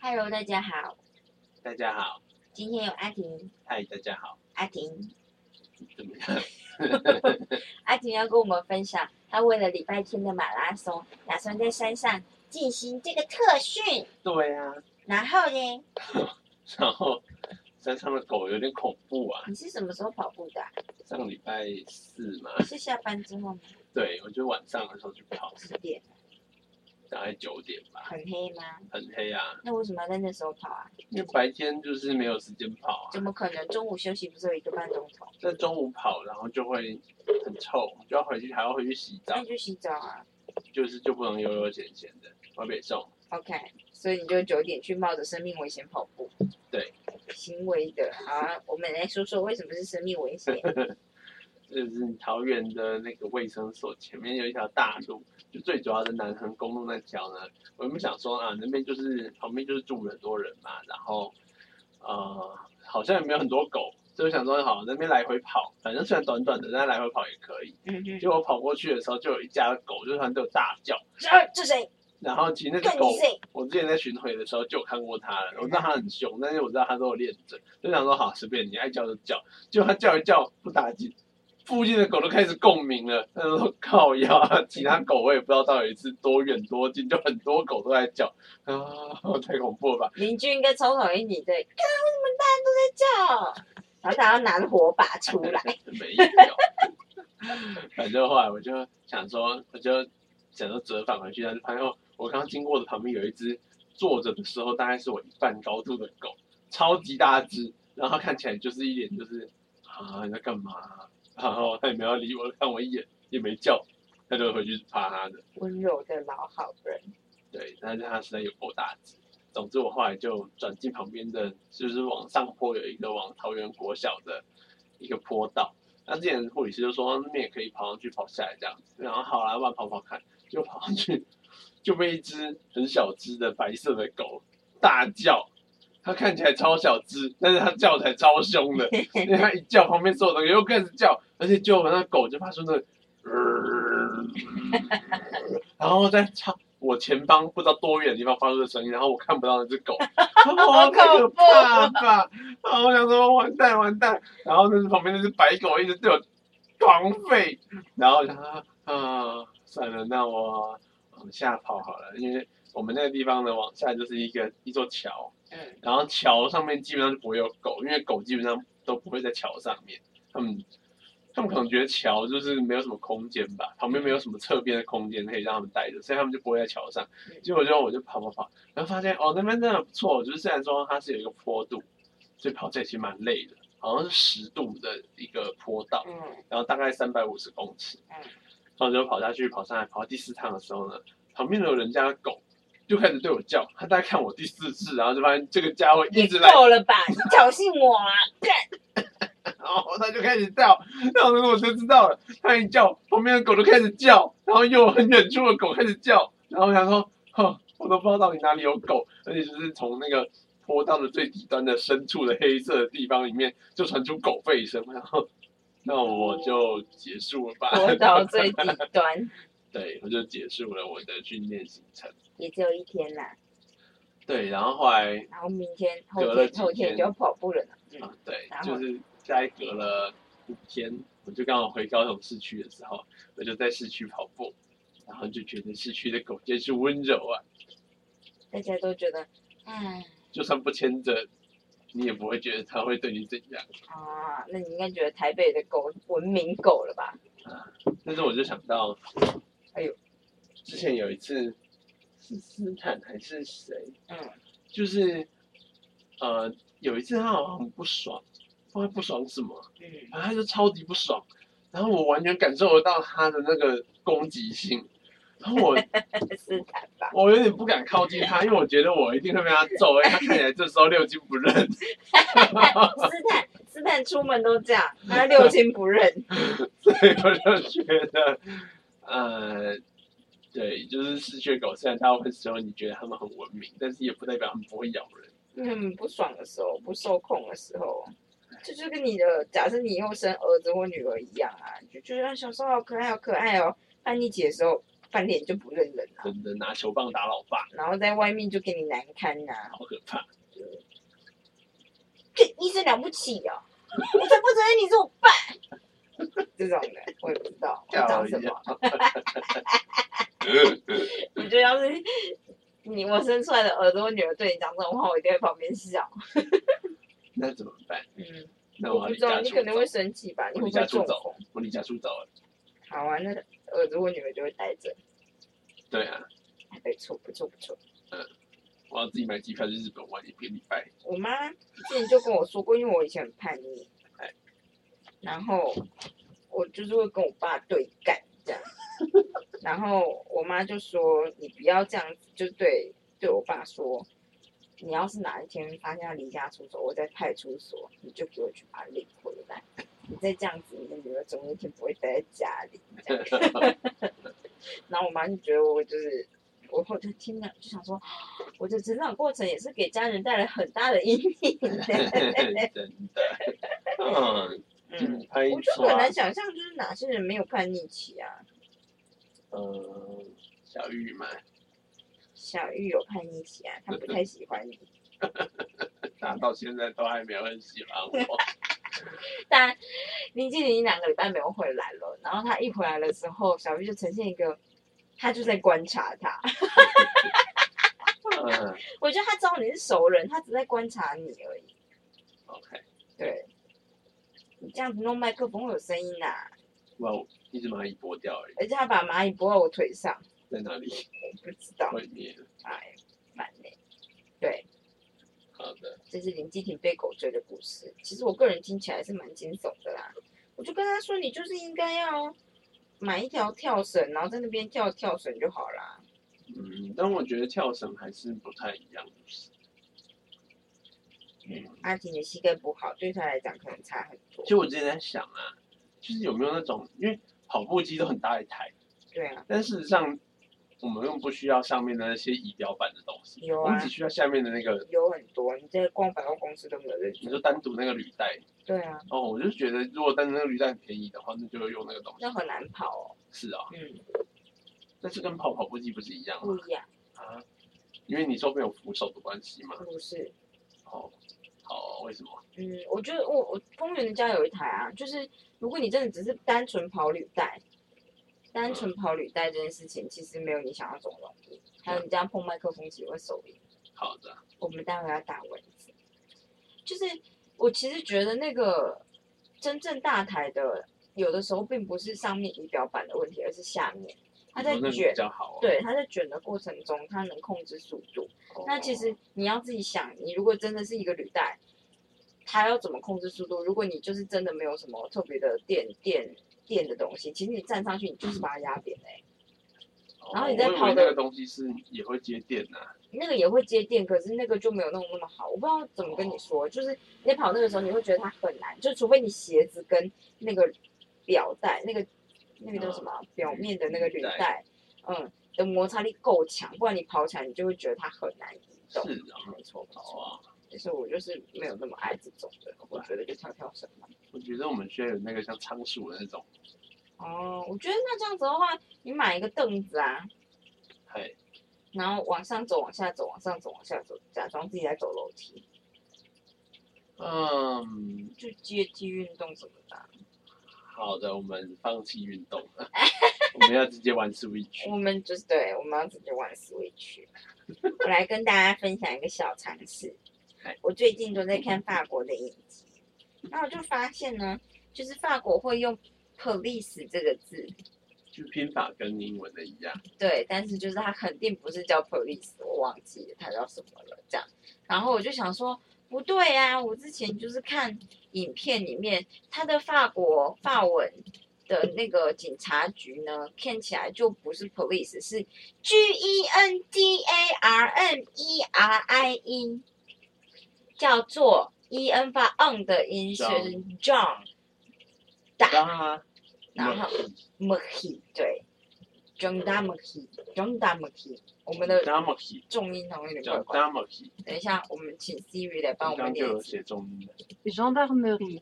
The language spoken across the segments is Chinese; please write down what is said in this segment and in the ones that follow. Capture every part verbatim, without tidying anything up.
Hello，大家好， 大家好， 今天有阿婷， 嗨，大家好， 阿婷， 怎么样？ 阿婷要跟我们分享，她为了礼拜天的马拉松，打算在山上进行这个特训。 对啊， 然后呢？ 然后山上的狗有点恐怖啊。 你是什么时候跑步的、啊？ 上礼拜四嘛， 是下班之后吗？ 对，我就晚上的时候去跑， 几点？ 大概九点吧。 很黑吗？ 很黑啊。 那为什么要在那时候跑啊？ 因为白天就是没有时间跑啊。 怎么可能？中午休息不是有一个半钟头？ 在中午跑，然后就会很臭，就要回去，还要回去洗澡。 那就洗澡啊。 就是就不能悠悠闲闲的，我北送。 OK， 所以你就九点去冒着生命危险跑步。 对。 行为的，好啊，我们来说说为什么是生命危险。 就是桃园的那个卫生所前面有一条大路，就最主要的南横公路那条呢，我原本想说啊，那边就是旁边就是住很多人嘛，然后呃好像也没有很多狗，所以我想说好那边来回跑，反正虽然短短的，但来回跑也可以。 嗯哼。 结果我跑过去的时候，就有一家的狗就突然对我大叫， 啊，这谁？ 然后其实那只狗，我之前在巡回的时候就有看过它了，我知道它很凶，但是我知道它都有练着，就想说好随便你爱叫就叫，结果它叫一叫不打紧。附近的狗都开始共鸣了，他说靠腰，其他狗我也不知道到底是多远多近，就很多狗都在叫，啊，太恐怖了吧！ 邻居应该超讨厌你的，看为什么大家都在叫？然后他要拿火把出来， 没有，反正后来我就想说，我就想说折返回去，但是发现哦，我刚刚经过的旁边有一只坐着的时候大概是我一半高度的狗，超级大只，然后它看起来就是一脸就是啊你在干嘛？然后他也没有理我，看我一眼，也没叫，他就回去爬他的。 温柔的老好人。 对，但是他实在有够大只。总之我后来就转进旁边的，就是往上坡有一个往桃园国小的一个坡道。那之前护理师就说那边也可以跑上去跑下来这样子，然后好啦，我跑跑看，就跑上去，就被一只很小只的白色的狗大叫。它看起来超小只，但是它叫起来超凶的，因为它一叫，旁边所有东西又开始叫，而且就那狗就发出那个，呃、然后在超我前方不知道多远的地方发出的声音，然后我看不到那只狗， 好太可怕了吧！然后我想说完蛋完蛋，然后那只旁边那只白狗一直对我狂吠，然后我想说啊算了，那我往下跑好了，因为我们那个地方呢往下就是一个一座桥。 嗯， 然后桥上面基本上就不会有狗，因为狗基本上都不会在桥上面。他们他们可能觉得桥就是没有什么空间吧，旁边没有什么侧边的空间可以让他们待着，所以他们就不会在桥上。结果就我就跑跑跑，然后发现哦那边真的不错，就是虽然说它是有一个坡度，所以跑起来其实蛮累的，好像是十度的一个坡道， 嗯， 然后大概三百五十公尺，嗯，然后就跑下去跑上来，跑到第四趟的时候呢，旁边有人家的狗。就开始对我叫，他大概看我第四次，然后就发现这个家伙一直来， 够了吧？你挑衅我啊！ 然后他就开始叫，然后我就知道了，他一叫，旁边的狗都开始叫，然后又很远处的狗开始叫，然后我想说，哼，我都不知道到底哪里有狗，而且就是从那个坡道的最底端的深处的黑色的地方里面，就传出狗吠声，然后那我就结束了吧。 坡道最底端。 对，我就结束了我的训练行程。 也只有一天啦。 对，然后后来， 然后明天、后天、后天就要跑步了呢。 嗯，啊、对，就是再隔了五天，我就刚好回高雄市区的时候，我就在市区跑步，然后就觉得市区的狗真是温柔啊。 大家都觉得，哎， 就算不牵着，你也不会觉得它会对你怎样。 啊，那你应该觉得台北的狗文明狗了吧？ 啊，但是我就想到， 哎呦， 之前有一次。是斯坦还是谁？ 嗯， 就是呃，有一次他好像很不爽，不知道不爽什么，嗯，反正他就超级不爽，然后我完全感受得到他的那个攻击性，然后我斯坦吧， 我有点不敢靠近他，因为我觉得我一定会被他揍，因为他看起来这时候六亲不认。 斯坦斯坦出门都这样，他六亲不认， 所以我就觉得，呃。对，就是市区狗，虽然大部分时候你觉得它们很文明，但是也不代表它们不会咬人。 嗯，不爽的时候，不受控的时候，这就跟你的假设你以后生儿子或女儿一样啊，就觉得小时候好可爱，好可爱哦。叛逆期的时候， 翻脸就不认人了、啊， 真的拿球棒打老爸， 然后在外面就给你难堪呐、啊， 好可怕。 这医生了不起哦，我才不承认你是我爸。这种的我也不知道我讲什么。我觉得要是你我生出来的儿子或女儿对你讲这种话，我一定会旁边笑。 那怎么办？ 嗯， 那我不知道，你可能会生气吧？你会不会中风？ 我离家出走了。 好啊，那儿子或女儿就会待着。 对啊。 不错，不错，不错。 嗯，我要自己买机票去日本玩一个礼拜。 我妈之前就跟我说过，因为我以前很叛逆，然后我就是会跟我爸对干这样，然后我妈就说：“你不要这样子，就对对我爸说，你要是哪一天发现他离家出走，我在派出所，你就给我去把他领回来。你再这样子，你的女儿总有一天不会待在家里。”然后我妈就觉得我就是。我后就听了，就想说，我的成长过程也是给家人带来很大的阴影。真的，嗯嗯，我就很难想象，就是哪些人没有叛逆期啊？ 嗯，小玉嘛， 小玉有叛逆期啊，他不太喜欢你。 他到现在都还没有很喜欢我。 但林志玲两个礼拜没有回来了，然后他一回来的时候，小玉就呈现一个。他就在观察他， 嗯、 我觉得他知道你是熟人，他只在观察你而已。 OK， 对，你这样子弄麦克风会有声音啊。 哇，一只蚂蚁拨掉而已。 而且他把蚂蚁拨到我腿上。 在哪里？ 我不知道。 毁灭了。 哎，烦嘞。对。 好的。 这是林基廷被狗追的故事，其实我个人听起来是蛮惊悚的啦。我就跟他说，你就是应该要。买一条跳绳，然后在那边跳跳绳就好啦。 嗯，但我觉得跳绳还是不太一样。 嗯，阿婷的膝盖不好，对他来讲可能差很多。 其实我之前在想啊，就是有没有那种，因为跑步机都很大一台。 对啊。 但事实上，我们又不需要上面的那些仪表板的东西。 有啊。 我们只需要下面的那个。 有很多，你在逛百货公司都没有认识。 你说单独那个履带。 对啊。 哦，我就觉得如果单独那个履带很便宜的话，那就用那个东西。 那很难跑哦。 是啊。 嗯。 但是跟跑跑步机不是一样吗？ 不一样。 啊？因为你说没有扶手的关系吗？ 不是。 哦。好，为什么？ 嗯，我觉得我我丰原的家有一台啊，就是如果你真的只是单纯跑履带，单纯跑履带这件事情，其实没有你想象中容易。还有你这样碰麦克风，其实会手晕。 好的。 我们待会要打蚊子。就是我其实觉得那个真正大台的，有的时候并不是上面仪表板的问题，而是下面它在卷， 好啊、 对，它在卷的过程中，它能控制速度。哦、那其实你要自己想，你如果真的是一个履带，它要怎么控制速度？如果你就是真的没有什么特别的电电电的东西，其实你站上去，你就是把它压扁哎、欸。然后你在跑的、 哦、那个东西是也会接电啊。 那个也会接电，可是那个就没有弄那么好。我不知道怎么跟你说，就是你在跑那个时候，你会觉得它很难，就除非你鞋子跟那个表带、那个那个叫什么、啊、表面的那个履带，嗯，的摩擦力够强，不然你跑起来你就会觉得它很难移动。 是啊， 没错，没错。其实我就是没有那么爱这种的，我觉得就跳跳绳嘛。 我觉得我们需要有那个像仓鼠的那种。 哦，我觉得那这样子的话，你买一个凳子啊。 嘿。 然后往上走，往下走，往上走，往下走，假装自己在走楼梯。 嗯， 就阶梯运动什么的。 好的，我们放弃运动了，我们要直接玩 Switch。 我们就是对，我们要直接玩 Switch。我来跟大家分享一个小常识。我最近都在看法国的影集，然后我就发现呢，就是法国会用 police 这个字。 就拼法跟英文的一样， 对，但是就是它肯定不是叫 police， 我忘记了它叫什么了，这样。然后我就想说，不对啊，我之前就是看影片里面，它的法国法文的那个警察局呢，看起来就不是 police， 是 G E N D A R M E R I E， 叫做 E N 发 on 的音是 John， 打。 然后 Murky 对 ，Gendarmerie Gendarmerie， 我们的重音好像有点怪怪。等一下，我们请 Siri 来帮我们念。 刚就有写重音的。 Gendarmerie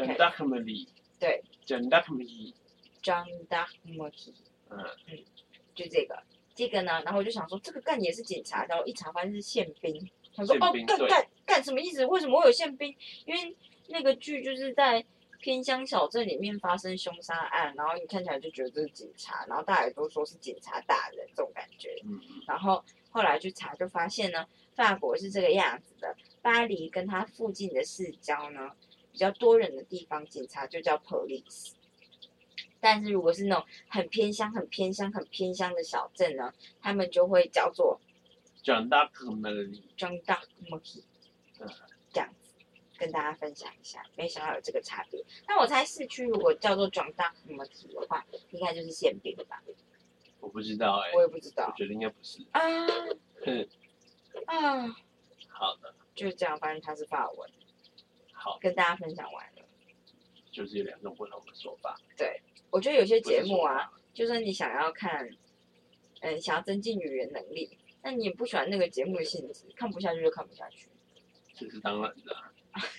Gendarmerie 对 Gendarmerie Gendarmerie 嗯嗯就这个这个呢，然后我就想说这个干也是警察，然后一查发现是宪兵，他说哦干干干什么意思？为什么会有宪兵？因为那个剧就是在偏乡小镇里面发生凶杀案，然后你看起来就觉得这是警察，然后大家也都说是警察大人这种感觉。 嗯， 然后后来去查就发现呢，法国是这个样子的，巴黎跟它附近的市郊呢，比较多人的地方，警察就叫 police。但是如果是那种很偏乡、很偏乡、很偏乡的小镇呢，他们就会叫做 gendarmerie gendarmerie， 这样子跟大家分享一下，没想到有这个差别。那我猜市区如果叫做 gendarmerie 的话，应该就是宪兵吧？ 我不知道哎、欸， 我也不知道， 我觉得应该不是啊啊， 好的， 就这样，反正它是法文。 好， 跟大家分享完了。 就是有两种不同的说法。 对，我觉得有些节目啊，就算你想要看，嗯，想要增进语言能力，但你也不喜欢那个节目的性质，看不下去就看不下去。 这是当然的、啊。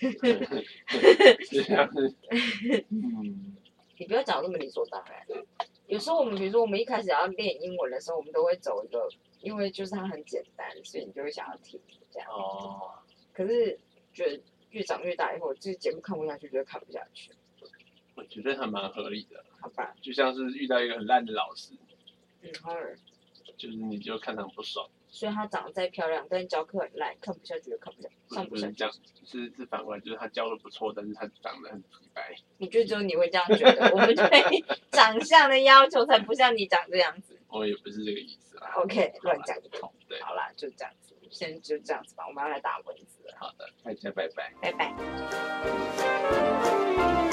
这样子，嗯， 你不要讲这么理所当然。有时候我们，比如说我们一开始要练英文的时候，我们都会走一个，因为就是它很简单，所以你就会想要听这样。 哦。 可是觉得越长越大以后，这节目看不下去，就会看不下去。 我觉得还蛮合理的。 好吧。 就像是遇到一个很烂的老师。 嗯，好。 就是你就看他不爽。 所以他长得再漂亮，但是教课很烂，看不下去就看不下去，上不下去。 这样是是反过来，就是他教的不错，但是他长得很直白。 你觉得只有你会这样觉得？我们对长相的要求才不像你长这样子。 我也不是这个意思啦。 OK， 乱讲一通。 对， 好啦，就这样子，先就这样子吧，我们要来打蚊子了。 好的，大家拜拜。 拜拜。